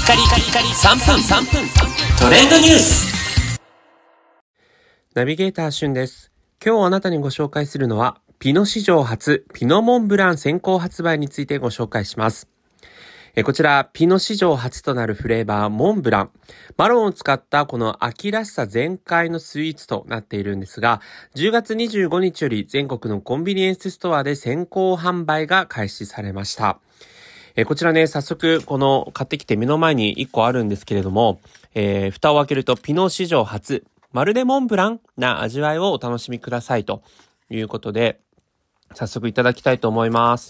カリカリカリ3分トレンドニュース。 ナビゲーターしゅんです。今日あなたにご紹介するのはピノ史上初ピノモンブラン先行発売についてご紹介します。こちらピノ史上初となるフレーバーモンブラン、マロンを使ったこの秋らしさ全開のスイーツとなっているんですが、10月25日より全国のコンビニエンスストアで先行販売が開始されました。こちらね、早速この買ってきて目の前に1個あるんですけれども、蓋を開けるとピノ史上初まるでモンブランな味わいをお楽しみくださいということで、早速いただきたいと思います。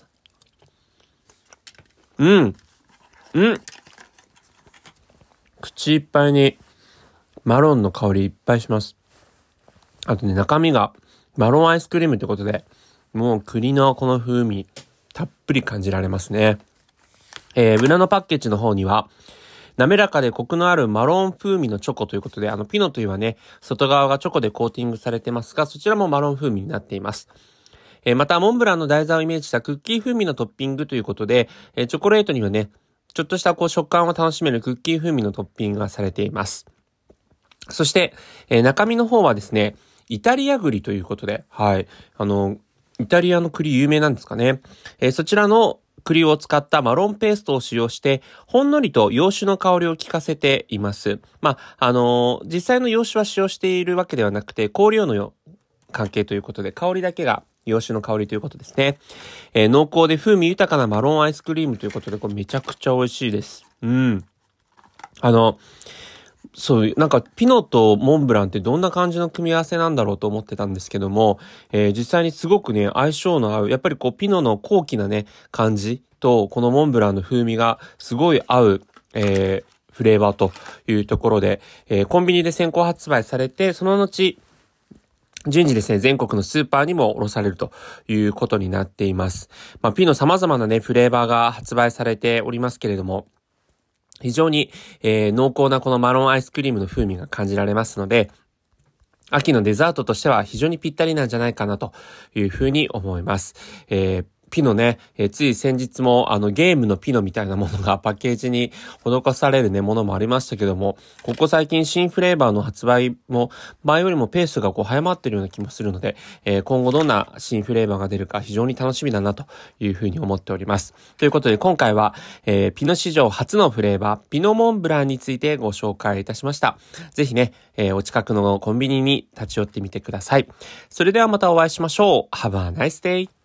口いっぱいにマロンの香りいっぱいします。あとね、中身がマロンアイスクリームってことで、もう栗のこの風味たっぷり感じられますね。裏のパッケージの方には滑らかでコクのあるマロン風味のチョコということで、ピノというはね、外側がチョコでコーティングされてますが、そちらもマロン風味になっています。またモンブランの台座をイメージしたクッキー風味のトッピングということで、チョコレートにはね、ちょっとした食感を楽しめるクッキー風味のトッピングがされています。そして、中身の方はですね、イタリア栗ということで、イタリアの栗有名なんですかね。そちらの栗を使ったマロンペーストを使用して、ほんのりと洋酒の香りを効かせています。実際の洋酒は使用しているわけではなくて、香料の関係ということで、香りだけが洋酒の香りということですね。濃厚で風味豊かなマロンアイスクリームということで、これめちゃくちゃ美味しいです。ピノとモンブランってどんな感じの組み合わせなんだろうと思ってたんですけども、実際にすごくね、相性の合う、やっぱりピノの高貴なね、感じと、このモンブランの風味がすごい合う、フレーバーというところで、コンビニで先行発売されて、その後、順次ですね、全国のスーパーにも卸されるということになっています。ピノ様々なね、フレーバーが発売されておりますけれども、非常に、濃厚なこのマロンアイスクリームの風味が感じられますので、秋のデザートとしては非常にぴったりなんじゃないかなというふうに思います。ピノね、つい先日もゲームのピノみたいなものがパッケージに施されるね、ものもありましたけども、ここ最近新フレーバーの発売も前よりもペースが早まってるような気もするので、今後どんな新フレーバーが出るか非常に楽しみだなというふうに思っております。ということで今回は、ピノ史上初のフレーバー、ピノモンブランについてご紹介いたしました。ぜひね、お近くのコンビニに立ち寄ってみてください。それではまたお会いしましょう。Have a nice day!